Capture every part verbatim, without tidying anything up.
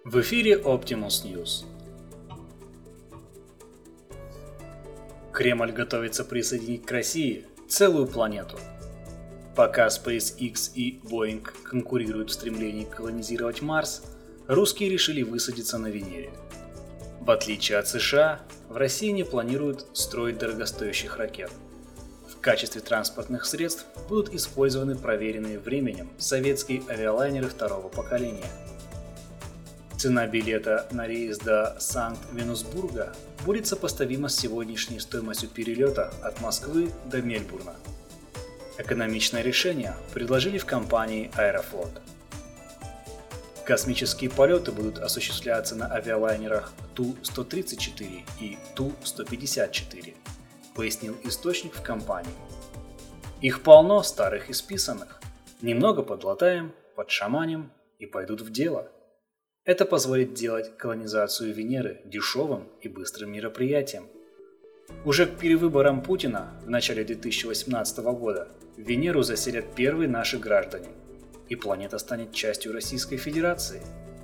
В эфире Optimus News. Кремль готовится присоединить к России целую планету. Пока SpaceX и Boeing конкурируют в стремлении колонизировать Марс, русские решили высадиться на Венере. В отличие от США, в России не планируют строить дорогостоящих ракет. В качестве транспортных средств будут использованы проверенные временем советские авиалайнеры второго поколения. Цена билета на рейс до Санкт-Петербурга будет сопоставима с сегодняшней стоимостью перелета от Москвы до Мельбурна. Экономичное решение предложили в компании Аэрофлот. Космические полеты будут осуществляться на авиалайнерах Ту сто тридцать четыре и Ту сто пятьдесят четыре, пояснил источник в компании. Их полно старых и списанных. Немного подлатаем, подшаманим и пойдут в дело. Это позволит делать колонизацию Венеры дешевым и быстрым мероприятием. Уже к перевыборам Путина в начале две тысячи восемнадцатого года Венеру заселят первые наши граждане, и планета станет частью Российской Федерации.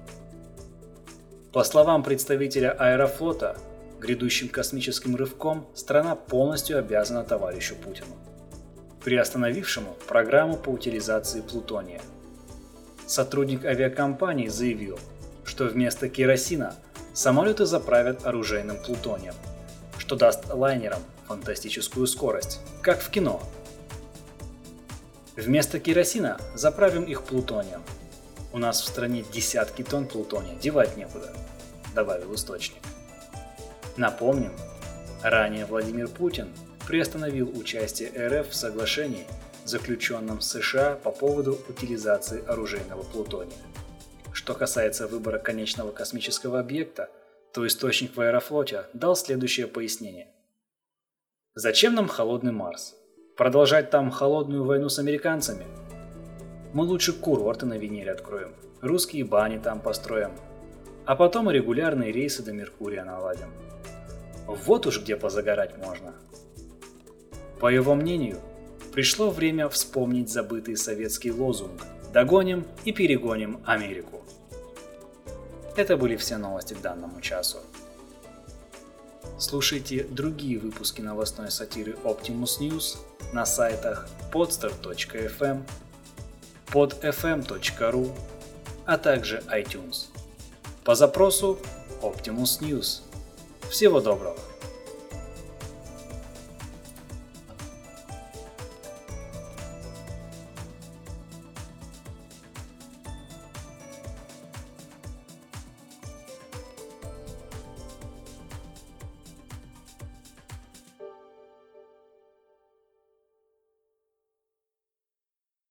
По словам представителя Аэрофлота, грядущим космическим рывком страна полностью обязана товарищу Путину, приостановившему программу по утилизации плутония. Сотрудник авиакомпании заявил, что вместо керосина самолеты заправят оружейным плутонием, что даст лайнерам фантастическую скорость, как в кино. Вместо керосина заправим их плутонием. У нас в стране десятки тонн плутония, девать некуда, добавил источник. Напомним, ранее Владимир Путин приостановил участие РФ в соглашении, заключенном с США по поводу утилизации оружейного плутония. Что касается выбора конечного космического объекта, то источник в Аэрофлоте дал следующее пояснение. Зачем нам холодный Марс? Продолжать там холодную войну с американцами? Мы лучше курорты на Венере откроем, русские бани там построим, а потом и регулярные рейсы до Меркурия наладим. Вот уж где позагорать можно. По его мнению, пришло время вспомнить забытый советский лозунг «Догоним и перегоним Америку». Это были все новости к данному часу. Слушайте другие выпуски новостной сатиры Optimus News на сайтах podster точка эф эм, под эф эм точка ру, а также iTunes. По запросу Optimus News. Всего доброго!